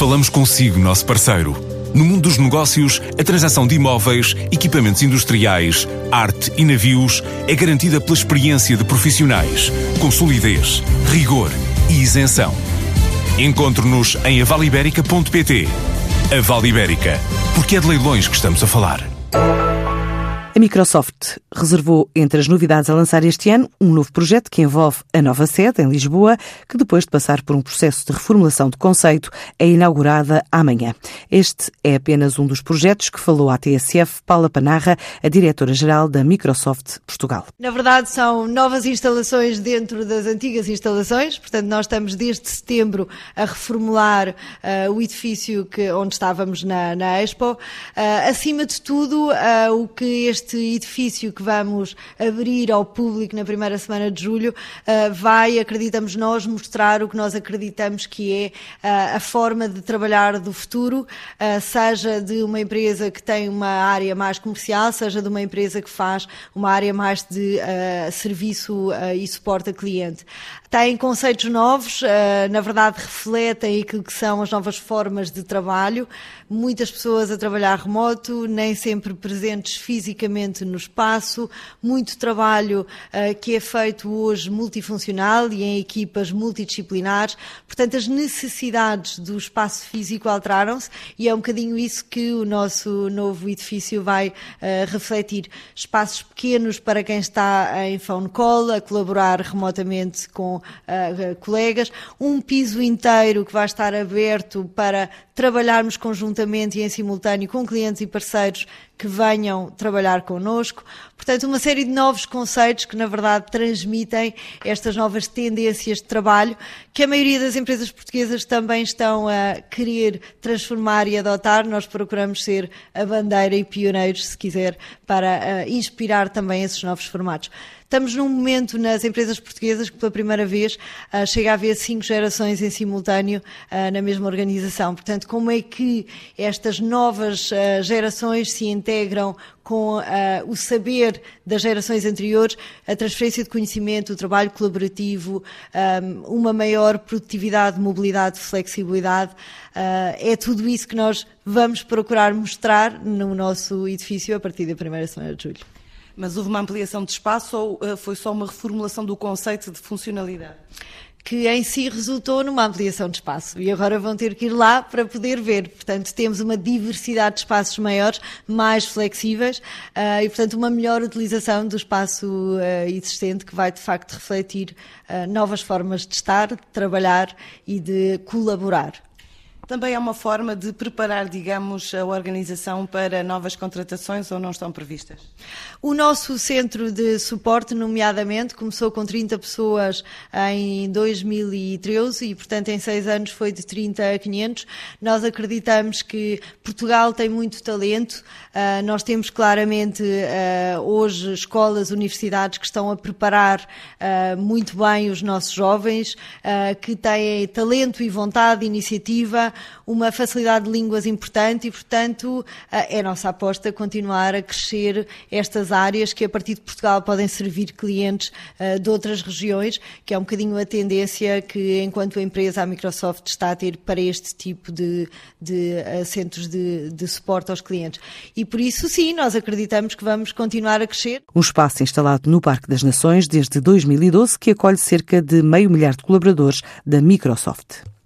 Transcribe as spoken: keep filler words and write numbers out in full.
Falamos consigo, nosso parceiro. No mundo dos negócios, a transação de imóveis, equipamentos industriais, arte e navios é garantida pela experiência de profissionais, com solidez, rigor e isenção. Encontre-nos em avaliberica ponto pt. A Vale Ibérica, porque é de leilões que estamos a falar. A Microsoft reservou entre as novidades a lançar este ano um novo projeto que envolve a nova sede em Lisboa, que depois de passar por um processo de reformulação de conceito, é inaugurada amanhã. Este é apenas um dos projetos que falou à T S F Paula Panarra, a diretora-geral da Microsoft Portugal. Na verdade, são novas instalações dentro das antigas instalações, portanto nós estamos desde setembro a reformular uh, o edifício que, onde estávamos na, na Expo. Uh, acima de tudo, uh, o que este Este edifício que vamos abrir ao público na primeira semana de julho vai, acreditamos nós, mostrar o que nós acreditamos que é a forma de trabalhar do futuro, seja de uma empresa que tem uma área mais comercial, seja de uma empresa que faz uma área mais de serviço e suporte a cliente. Tem conceitos novos, na verdade refletem aquilo que são as novas formas de trabalho, muitas pessoas a trabalhar remoto, nem sempre presentes fisicamente no espaço, muito trabalho uh, que é feito hoje multifuncional e em equipas multidisciplinares, portanto as necessidades do espaço físico alteraram-se e é um bocadinho isso que o nosso novo edifício vai uh, refletir. Espaços pequenos para quem está em phone call, a colaborar remotamente com uh, colegas, um piso inteiro que vai estar aberto para trabalharmos conjuntamente e em simultâneo com clientes e parceiros que venham trabalhar connosco. Portanto, uma série de novos conceitos que, na verdade, transmitem estas novas tendências de trabalho que a maioria das empresas portuguesas também estão a querer transformar e adotar. Nós procuramos ser a bandeira e pioneiros, se quiser, para uh, inspirar também esses novos formatos. Estamos num momento nas empresas portuguesas que pela primeira vez uh, chega a haver cinco gerações em simultâneo uh, na mesma organização. Portanto, como é que estas novas uh, gerações se integram com uh, o saber das gerações anteriores, a transferência de conhecimento, o trabalho colaborativo, um, uma maior produtividade, mobilidade, flexibilidade. Uh, é tudo isso que nós vamos procurar mostrar no nosso edifício a partir da primeira semana de julho. Mas houve uma ampliação de espaço ou uh, foi só uma reformulação do conceito de funcionalidade? Que em si resultou numa ampliação de espaço e agora vão ter que ir lá para poder ver. Portanto, temos uma diversidade de espaços maiores, mais flexíveis uh, e, portanto, uma melhor utilização do espaço uh, existente que vai, de facto, refletir uh, novas formas de estar, de trabalhar e de colaborar. Também é uma forma de preparar, digamos, a organização para novas contratações ou não estão previstas? O nosso centro de suporte, nomeadamente, começou com trinta pessoas em dois mil e treze e, portanto, em seis anos foi de trinta a quinhentos. Nós acreditamos que Portugal tem muito talento. Uh, nós temos claramente uh, hoje escolas, universidades que estão a preparar uh, muito bem os nossos jovens, uh, que têm talento e vontade, iniciativa, uma facilidade de línguas importante e, portanto, é a nossa aposta continuar a crescer estas áreas que, a partir de Portugal, podem servir clientes de outras regiões, que é um bocadinho a tendência que, enquanto a empresa, a Microsoft está a ter para este tipo de, de centros de, de suporte aos clientes. E, por isso, sim, nós acreditamos que vamos continuar a crescer. Um espaço instalado no Parque das Nações desde dois mil e doze que acolhe cerca de meio milhar de colaboradores da Microsoft.